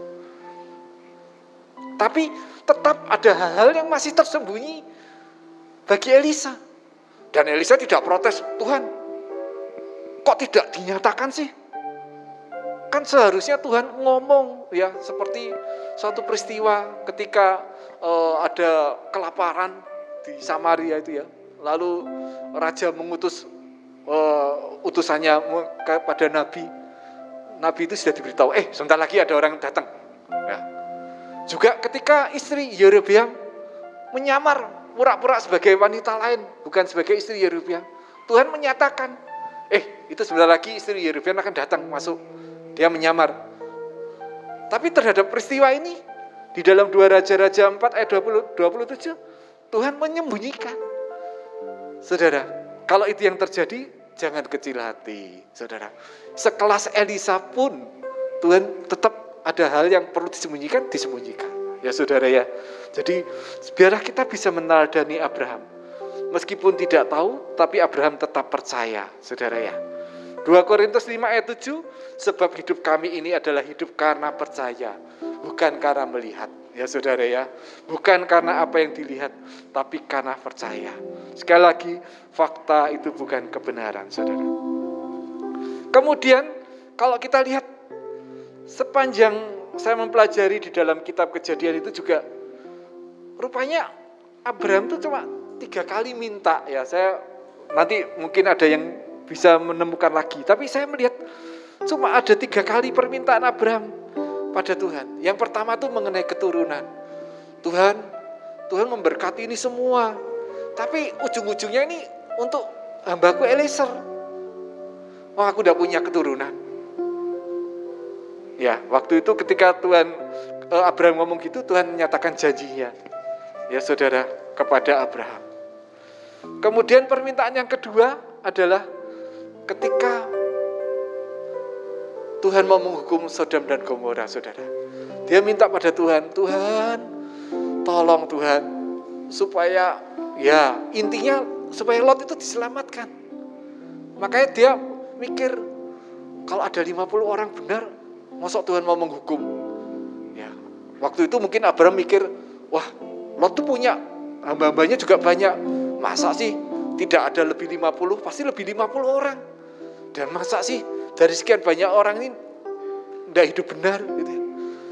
Tapi tetap ada hal-hal yang masih tersembunyi bagi Elisa. Dan Elisa tidak protes, Tuhan, kok tidak dinyatakan sih? Kan seharusnya Tuhan ngomong, ya, seperti suatu peristiwa ketika uh, ada kelaparan di Samaria itu ya. Lalu raja mengutus uh, utusannya kepada nabi. Nabi itu sudah diberitahu, eh sebentar lagi ada orang datang. Ya. Juga ketika istri Yerobeam menyamar pura-pura sebagai wanita lain, bukan sebagai istri Yerobeam, Tuhan menyatakan, eh itu sebentar lagi istri Yerobeam akan datang masuk. Dia menyamar. Tapi terhadap peristiwa ini, di dalam dua Raja-Raja empat ayat dua puluh tujuh, Tuhan menyembunyikan. Saudara, kalau itu yang terjadi, jangan kecil hati, saudara. Sekelas Elisa pun, Tuhan tetap ada hal yang perlu disembunyikan, disembunyikan. Ya saudara ya. Jadi, biarlah kita bisa meneladani Abraham. Meskipun tidak tahu, tapi Abraham tetap percaya, saudara ya. dua Korintus lima ayat tujuh, sebab hidup kami ini adalah hidup karena percaya, bukan karena melihat. Ya saudara ya, bukan karena apa yang dilihat, tapi karena percaya. Sekali lagi, fakta itu bukan kebenaran, saudara. Kemudian, kalau kita lihat sepanjang saya mempelajari di dalam kitab Kejadian itu juga, rupanya Abraham itu cuma tiga kali minta. Ya, saya nanti mungkin ada yang bisa menemukan lagi. Tapi saya melihat cuma ada tiga kali permintaan Abraham pada Tuhan. Yang pertama itu mengenai keturunan. Tuhan, Tuhan memberkati ini semua. Tapi ujung-ujungnya ini untuk hambaku Eliezer. Oh, aku udah punya keturunan. Ya, waktu itu ketika Tuhan Abraham ngomong gitu, Tuhan menyatakan janjinya. Ya saudara, kepada Abraham. Kemudian permintaan yang kedua adalah ketika Tuhan mau menghukum Sodom dan Gomora, saudara. Dia minta pada Tuhan, Tuhan, tolong Tuhan, supaya, ya intinya supaya Lot itu diselamatkan. Makanya dia mikir, kalau ada lima puluh orang benar, masa Tuhan mau menghukum? Ya, waktu itu mungkin Abraham mikir, wah, Lot tuh punya hamba-hambanya juga banyak. Masa sih tidak ada lebih lima puluh? Pasti lebih lima puluh orang. Dan masa sih dari sekian banyak orang ini tidak hidup benar gitu ya.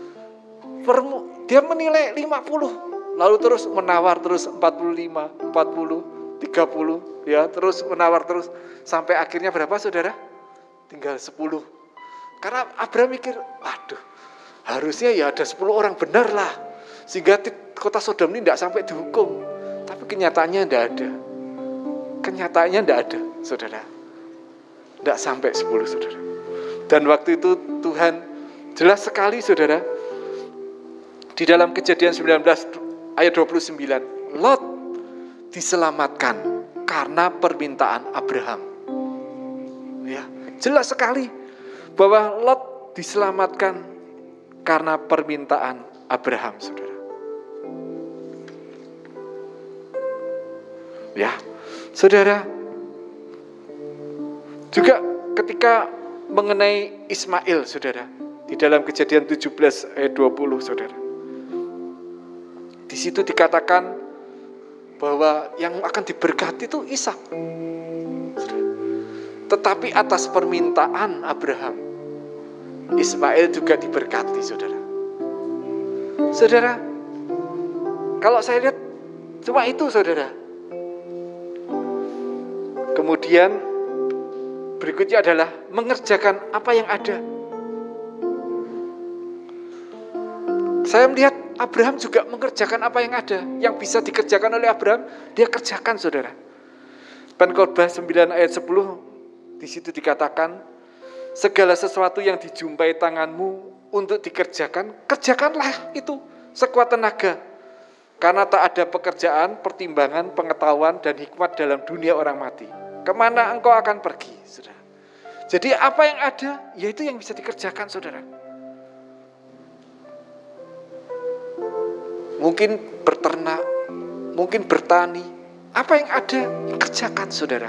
Dia menilai lima puluh, lalu terus menawar terus empat puluh lima, empat puluh, tiga puluh, ya, terus menawar terus sampai akhirnya berapa, saudara? Tinggal sepuluh. Karena Abraham mikir, waduh, harusnya ya ada sepuluh orang benar lah, sehingga kota Sodom ini tidak sampai dihukum. Tapi kenyataannya tidak ada. Kenyataannya tidak ada, saudara. Tidak sampai sepuluh, saudara. Dan waktu itu Tuhan jelas sekali, saudara, di dalam Kejadian sembilan belas ayat dua puluh sembilan, Lot diselamatkan karena permintaan Abraham. Ya, Jelas sekali bahwa Lot diselamatkan karena permintaan Abraham, saudara. Ya, saudara. Juga ketika mengenai Ismail, saudara, di dalam Kejadian tujuh belas ayat dua puluh, saudara. Di situ dikatakan bahwa yang akan diberkati itu Ishak. Tetapi atas permintaan Abraham, Ismail juga diberkati, saudara. Saudara, kalau saya lihat cuma itu, saudara. Kemudian berikutnya adalah mengerjakan apa yang ada. Saya melihat Abraham juga mengerjakan apa yang ada. Yang bisa dikerjakan oleh Abraham, dia kerjakan, saudara. Pengkhotbah sembilan ayat sepuluh, di situ dikatakan, segala sesuatu yang dijumpai tanganmu untuk dikerjakan, kerjakanlah itu sekuat tenaga. Karena tak ada pekerjaan, pertimbangan, pengetahuan, dan hikmat dalam dunia orang mati. Kemana engkau akan pergi, saudara? Jadi apa yang ada, yaitu yang bisa dikerjakan, saudara. Mungkin berternak, mungkin bertani. Apa yang ada, kerjakan, saudara.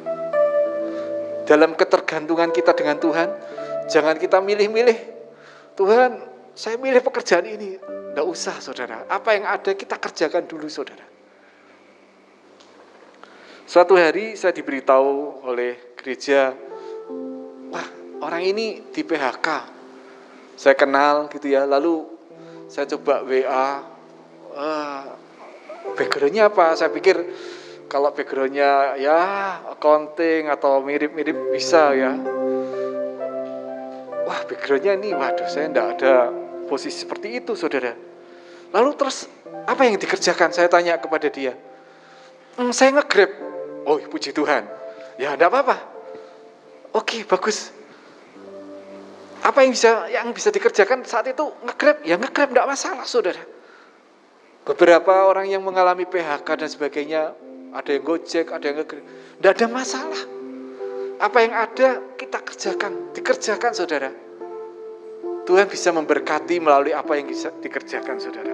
Dalam ketergantungan kita dengan Tuhan, jangan kita milih-milih. Tuhan, saya milih pekerjaan ini. Tidak usah, saudara. Apa yang ada kita kerjakan dulu, saudara. Suatu hari saya diberitahu oleh gereja, wah, orang ini di P H K. Saya kenal gitu ya. Lalu saya coba W A. Uh, backgroundnya apa? Saya pikir kalau backgroundnya ya accounting atau mirip-mirip bisa ya. Wah, backgroundnya ini, waduh, saya enggak ada posisi seperti itu, saudara. Lalu terus apa yang dikerjakan? Saya tanya kepada dia. Hmm, saya nge-grab. Oh, puji Tuhan. Ya, enggak apa-apa. Oke, bagus. Apa yang bisa yang bisa dikerjakan saat itu? Nge-grab. Ya nge-grab, enggak masalah, saudara. Beberapa orang yang mengalami P H K dan sebagainya, ada yang Gojek, ada yang nge-grab. Enggak ada masalah. Apa yang ada kita kerjakan, dikerjakan, saudara. Tuhan bisa memberkati melalui apa yang bisa dikerjakan, saudara.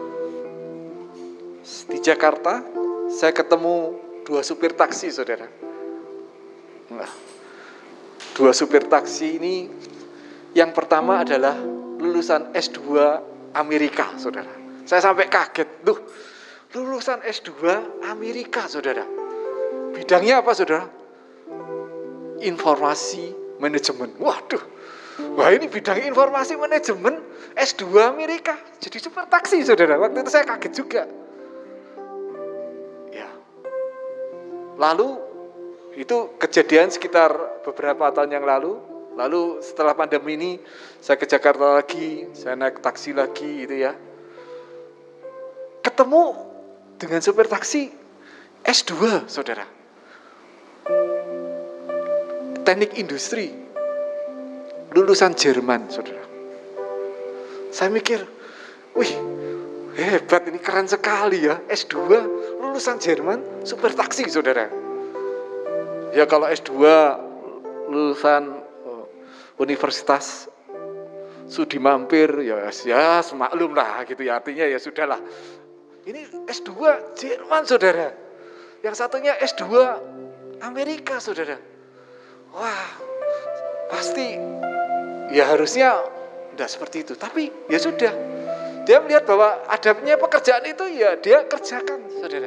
Di Jakarta, saya ketemu dua supir taksi, saudara. Nah, dua supir taksi ini, yang pertama adalah lulusan S dua Amerika, saudara. Saya sampai kaget, tuh, lulusan S dua Amerika, saudara. Bidangnya apa, saudara? Informasi manajemen. Waduh, wah ini bidang informasi manajemen S dua Amerika. Jadi supir taksi, saudara. Waktu itu saya kaget juga. Ya. Lalu itu kejadian sekitar beberapa tahun yang lalu. Lalu setelah pandemi ini saya ke Jakarta lagi, saya naik taksi lagi gitu ya. Ketemu dengan supir taksi S dua, saudara. Teknik industri, lulusan Jerman, saudara. Saya mikir, wih, hebat, ini keren sekali ya, S dua, lulusan Jerman, supir taksi, saudara. Ya kalau S dua, lulusan uh, Universitas Sudi Mampir, ya, ya semaklum lah gitu ya, artinya ya sudahlah. Ini S dua Jerman, saudara. Yang satunya S dua Amerika, saudara. Wah, pasti ya harusnya tidak seperti itu. Tapi ya sudah, dia melihat bahwa adanya pekerjaan itu ya dia kerjakan, saudara.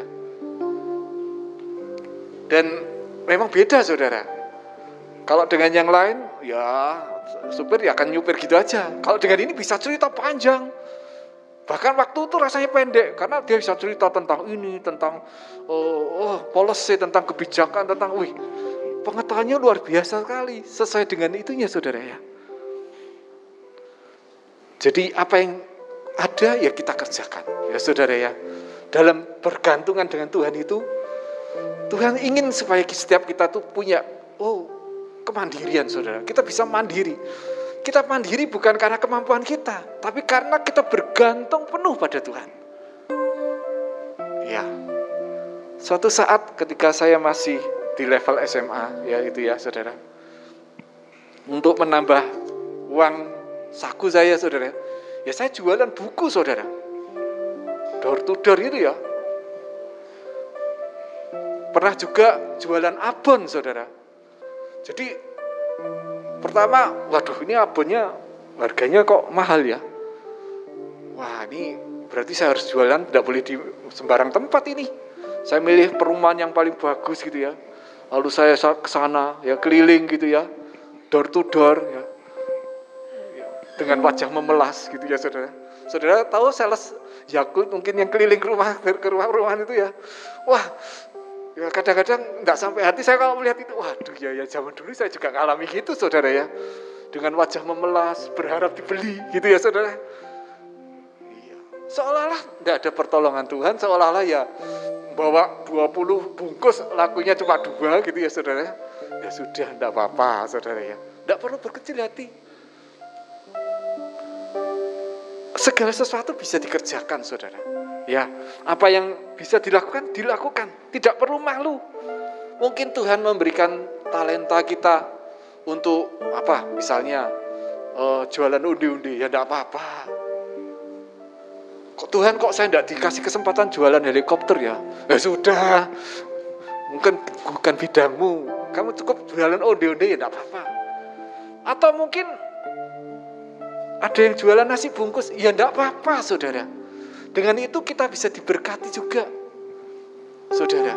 Dan memang beda, saudara. Kalau dengan yang lain, ya supir ya akan nyupir gitu aja. Kalau dengan ini bisa cerita panjang. Bahkan waktu itu rasanya pendek, karena dia bisa cerita tentang ini, tentang oh, oh policy, tentang kebijakan, tentang wih, pengetahuannya luar biasa sekali, sesuai dengan itunya, saudara ya. Jadi apa yang ada ya kita kerjakan, ya saudara ya. Dalam bergantungan dengan Tuhan itu, Tuhan ingin supaya setiap kita tuh punya oh kemandirian, saudara. Kita bisa mandiri. Kita mandiri bukan karena kemampuan kita, tapi karena kita bergantung penuh pada Tuhan. Ya, suatu saat ketika saya masih di level S M A, ya itu ya saudara. untuk menambah uang saku saya, saudara, ya saya jualan buku, saudara. Door to door itu ya. Pernah juga jualan abon, saudara. Jadi pertama, waduh ini abonnya harganya kok mahal ya. Wah ini berarti saya harus jualan, tidak boleh di sembarang tempat ini. Saya milih perumahan yang paling bagus gitu ya. Lalu saya ke sana ya, keliling gitu ya, door to door ya, dengan wajah memelas gitu ya, saudara. Saudara tahu sales Yakult mungkin yang keliling ke rumah ke rumah rumahan itu ya. Wah, ya kadang-kadang enggak sampai hati saya kalau melihat itu. Waduh ya ya zaman dulu saya juga ngalami gitu, saudara ya. Dengan wajah memelas, berharap dibeli gitu ya, saudara. Iya. Seolah-olah enggak ada pertolongan Tuhan, seolah-olah ya bawa dua puluh bungkus lakunya cuma dua gitu ya, saudara. Ya sudah, enggak apa-apa, saudara ya. Enggak perlu berkecil hati. Segala sesuatu bisa dikerjakan, saudara. Ya, apa yang bisa dilakukan, dilakukan. Tidak perlu malu. Mungkin Tuhan memberikan talenta kita untuk apa? Misalnya uh, jualan undi-undi, ya tidak apa-apa. Kok Tuhan kok saya tidak dikasih kesempatan jualan helikopter ya? Ya sudah, mungkin bukan bidangmu. Kamu cukup jualan undi-undi ya tidak apa-apa. Atau mungkin ada yang jualan nasi bungkus, ya tidak apa-apa, saudara. Dengan itu kita bisa diberkati juga, saudara.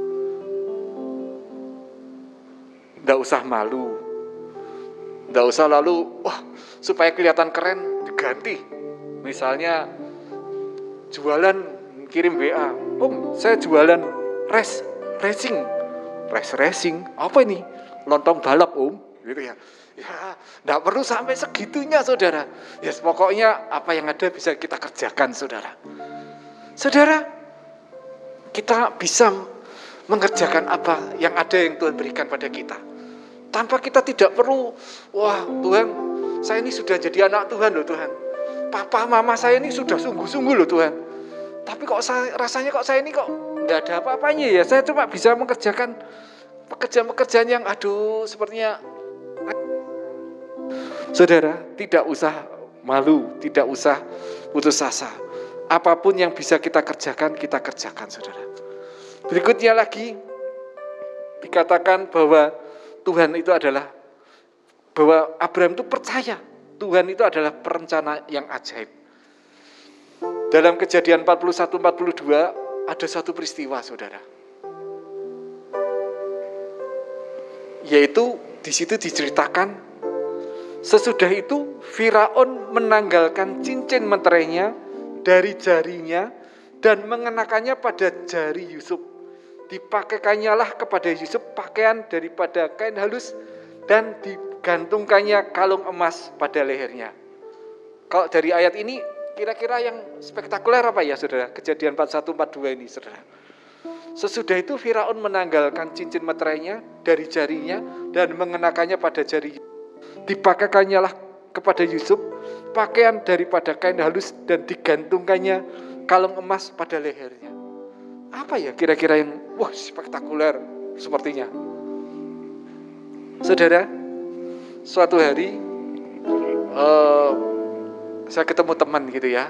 Tidak usah malu, tidak usah lalu, wah supaya kelihatan keren diganti. Misalnya jualan kirim W A, Om saya jualan race racing, race racing, apa ini? Lontong balap Om, gitu ya. Ya, tidak perlu sampai segitunya, saudara. Ya, yes, pokoknya apa yang ada bisa kita kerjakan, saudara. Saudara, kita bisa mengerjakan apa yang ada yang Tuhan berikan pada kita. Tanpa kita tidak perlu, wah Tuhan, saya ini sudah jadi anak Tuhan loh Tuhan. Papa, mama saya ini sudah sungguh-sungguh loh Tuhan. Tapi kok saya, rasanya kok saya ini kok tidak ada apa-apanya ya. Saya cuma bisa mengerjakan pekerjaan-pekerjaan yang aduh sepertinya. Saudara, tidak usah malu, tidak usah putus asa. Apapun yang bisa kita kerjakan, kita kerjakan, saudara. Berikutnya lagi, dikatakan bahwa Tuhan itu adalah, bahwa Abraham itu percaya, Tuhan itu adalah perencana yang ajaib. Dalam Kejadian empat puluh satu empat puluh dua, ada satu peristiwa, saudara. Yaitu, di situ diceritakan, sesudah itu Firaun menanggalkan cincin meterainya dari jarinya dan mengenakannya pada jari Yusuf. Dipakaikannya lah kepada Yusuf pakaian daripada kain halus dan digantungkannya kalung emas pada lehernya. Kalau dari ayat ini kira-kira yang spektakuler apa ya, saudara? Kejadian empat puluh satu empat puluh dua ini, saudara. Sesudah itu Firaun menanggalkan cincin meterainya dari jarinya dan mengenakannya pada jari. Dipakaikannya lah kepada Yusuf pakaian daripada kain halus dan digantungkannya kalung emas pada lehernya. Apa ya kira-kira yang wah spektakuler sepertinya? Saudara, suatu hari uh, saya ketemu teman gitu ya.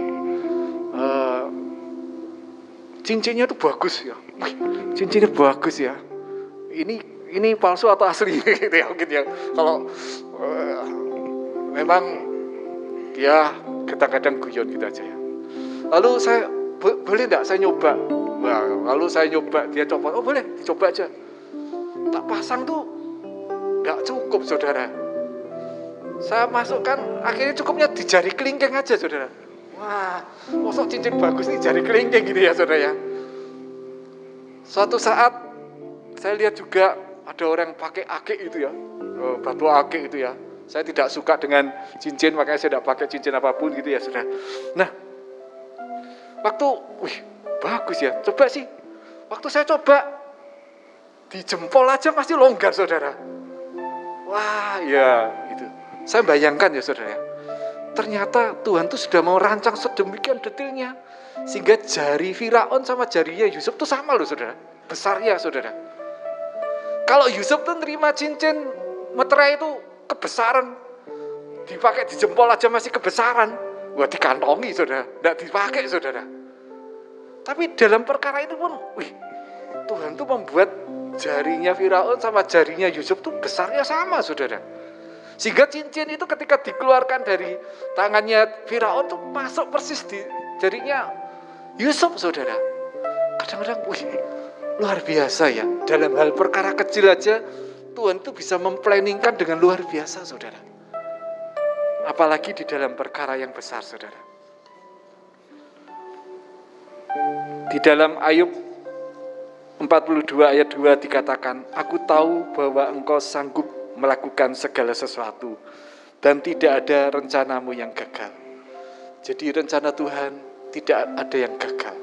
Uh, cincinnya tuh bagus ya. Wih, cincinnya bagus ya. Ini ini palsu atau asli gitu ya mungkin ya. Kalau uh, memang ya kadang-kadang guyon gitu aja ya. Lalu saya boleh enggak saya nyoba? Wah, lalu saya nyoba, dia coba. Oh boleh, dicoba aja. Tak pasang tuh enggak cukup, saudara. Saya masukkan, akhirnya cukupnya di jari kelingking aja, saudara. Wah, mosok cincin bagus nih jari kelingking gitu ya, saudara ya. Suatu saat saya lihat juga ada orang pakai akik itu ya, batu akik itu ya. Saya tidak suka dengan cincin, makanya saya tidak pakai cincin apapun gitu ya, saudara. Nah, waktu, wih, bagus ya, coba sih. Waktu saya coba, di jempol aja masih longgar, saudara. Wah, ya, itu. Saya bayangkan ya, saudara. Ternyata Tuhan tuh sudah mau rancang sedemikian detailnya, sehingga jari Firaun sama jarinya Yusuf tuh sama loh, saudara. Besarnya, saudara. Kalau Yusuf tuh nerima cincin meterai itu kebesaran. Dipakai di jempol aja masih kebesaran. Wah, dikantongi saudara, tidak dipakai saudara. Tapi dalam perkara itu pun, wih, Tuhan tuh membuat jarinya Firaun sama jarinya Yusuf tuh besarnya sama saudara. Sehingga cincin itu ketika dikeluarkan dari tangannya Firaun tuh masuk persis di jarinya Yusuf saudara. Kadang-kadang, wih, luar biasa ya. Dalam hal perkara kecil aja Tuhan tuh bisa memplanningkan dengan luar biasa saudara. Apalagi di dalam perkara yang besar saudara. Di dalam Ayub empat puluh dua ayat dua dikatakan, aku tahu bahwa engkau sanggup melakukan segala sesuatu dan tidak ada rencanamu yang gagal. Jadi rencana Tuhan tidak ada yang gagal.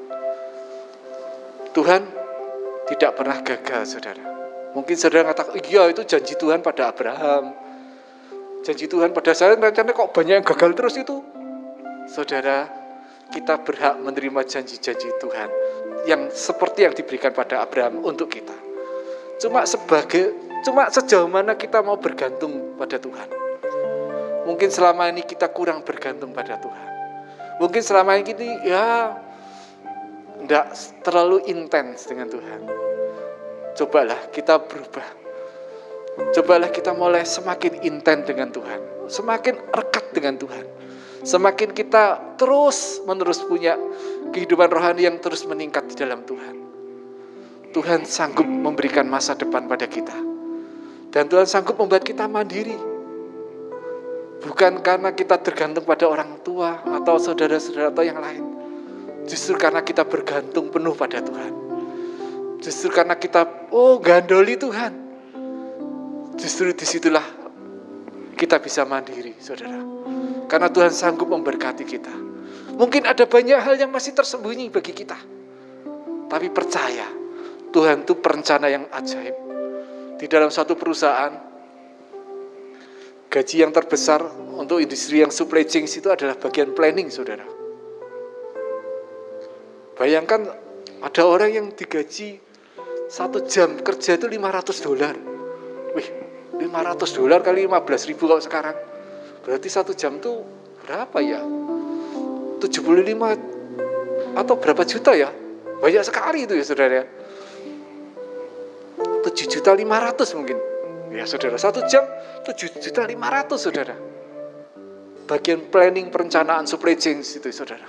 Tuhan tidak pernah gagal saudara. Mungkin saudara mengatakan, iya itu janji Tuhan pada Abraham, janji Tuhan pada saya, rencana kok banyak yang gagal terus itu. Saudara, kita berhak menerima janji-janji Tuhan yang seperti yang diberikan pada Abraham untuk kita. Cuma sebagai, cuma sejauh mana kita mau bergantung pada Tuhan. Mungkin selama ini kita kurang bergantung pada Tuhan. Mungkin selama ini ya tidak terlalu intens dengan Tuhan. Cobalah kita berubah. Cobalah kita mulai semakin intens dengan Tuhan, semakin rekat dengan Tuhan, semakin kita terus menerus punya kehidupan rohani yang terus meningkat di dalam Tuhan. Tuhan sanggup memberikan masa depan pada kita, dan Tuhan sanggup membuat kita mandiri. Bukan karena kita tergantung pada orang tua atau saudara-saudara atau yang lain, justru karena kita bergantung penuh pada Tuhan. Justru karena kita oh gandoli Tuhan. Justru disitulah kita bisa mandiri, saudara. Karena Tuhan sanggup memberkati kita. Mungkin ada banyak hal yang masih tersembunyi bagi kita. Tapi percaya, Tuhan itu perencana yang ajaib. Di dalam satu perusahaan, gaji yang terbesar untuk industri yang supply chain itu adalah bagian planning, saudara. Bayangkan ada orang yang digaji satu jam kerja itu lima ratus dolar. Wih, lima ratus dolar kali lima belas ribu kalau sekarang. Berarti satu jam tuh berapa ya? tujuh puluh lima atau berapa juta ya? Banyak sekali itu ya saudara. tujuh juta lima ratus mungkin. Ya saudara, satu jam tujuh juta lima ratus saudara. Bagian planning perencanaan supply chain itu saudara.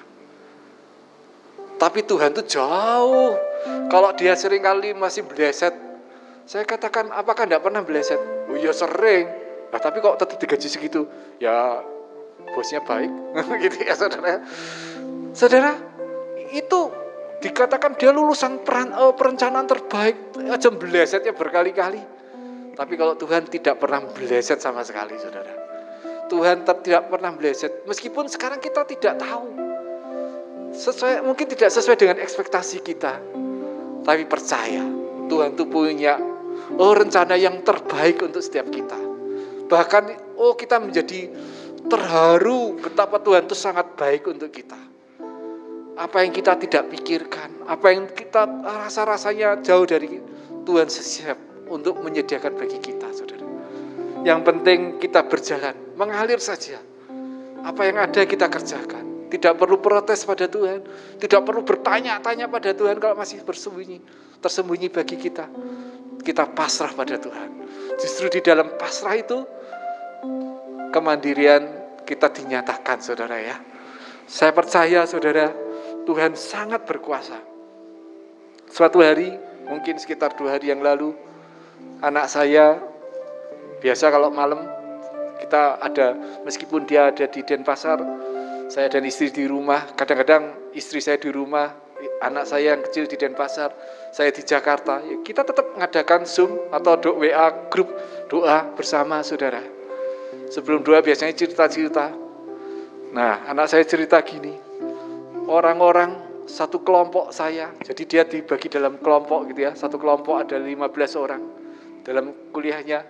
Tapi Tuhan tuh jauh. Kalau dia seringkali masih bleset, saya katakan, apakah tidak pernah bleset? Oh iya sering. Nah, tapi kok tetap digaji segitu? Ya bosnya baik. Gitu ya saudara. Saudara, itu dikatakan dia lulusan peran, uh, perencanaan terbaik. Aja blesetnya berkali-kali. Tapi kalau Tuhan tidak pernah bleset sama sekali saudara. Tuhan tidak pernah bleset. Meskipun sekarang kita tidak tahu. Sesuai, mungkin tidak sesuai dengan ekspektasi kita. Tapi percaya, Tuhan itu punya oh rencana yang terbaik untuk setiap kita. Bahkan oh kita menjadi terharu betapa Tuhan itu sangat baik untuk kita. Apa yang kita tidak pikirkan, apa yang kita rasa-rasanya jauh dari Tuhan siap untuk menyediakan bagi kita, saudara. Yang penting kita berjalan, mengalir saja. Apa yang ada kita kerjakan. Tidak perlu protes pada Tuhan. Tidak perlu bertanya-tanya pada Tuhan kalau masih bersembunyi. Tersembunyi bagi kita. Kita pasrah pada Tuhan. Justru di dalam pasrah itu, kemandirian kita dinyatakan saudara ya. Saya percaya saudara, Tuhan sangat berkuasa. Suatu hari, mungkin sekitar dua hari yang lalu, anak saya, biasa kalau malam, kita ada, meskipun dia ada di Denpasar, saya dan istri di rumah, kadang-kadang istri saya di rumah, anak saya yang kecil di Denpasar, saya di Jakarta, ya kita tetap mengadakan Zoom atau do, W A grup doa bersama saudara. Sebelum doa biasanya cerita-cerita. Nah, anak saya cerita gini, orang-orang satu kelompok saya, jadi dia dibagi dalam kelompok gitu ya, satu kelompok ada lima belas orang dalam kuliahnya.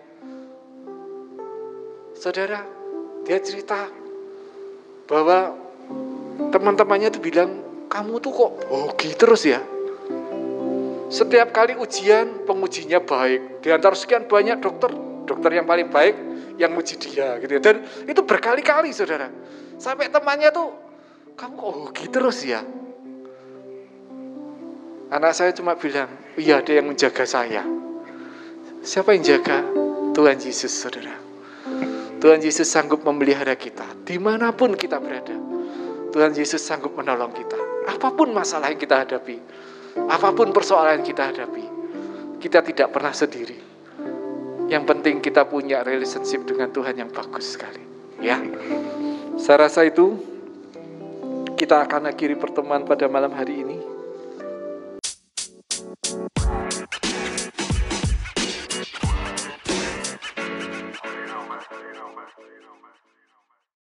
Saudara, dia cerita bahwa teman-temannya tuh bilang, kamu tuh kok hoki terus ya. Setiap kali ujian, pengujinya baik. Di antara sekian banyak dokter, dokter yang paling baik yang muji dia gitu ya. Dan itu berkali-kali saudara. Sampai temannya tuh, kamu kok hoki terus ya? Anak saya cuma bilang, iya ada yang menjaga saya. Siapa yang jaga? Tuhan Yesus saudara. Tuhan Yesus sanggup memelihara kita dimanapun kita berada. Tuhan Yesus sanggup menolong kita. Apapun masalah yang kita hadapi, apapun persoalan yang kita hadapi, kita tidak pernah sendiri. Yang penting kita punya relationship dengan Tuhan yang bagus sekali. Ya, saya rasa itu kita akan akhiri pertemuan pada malam hari ini.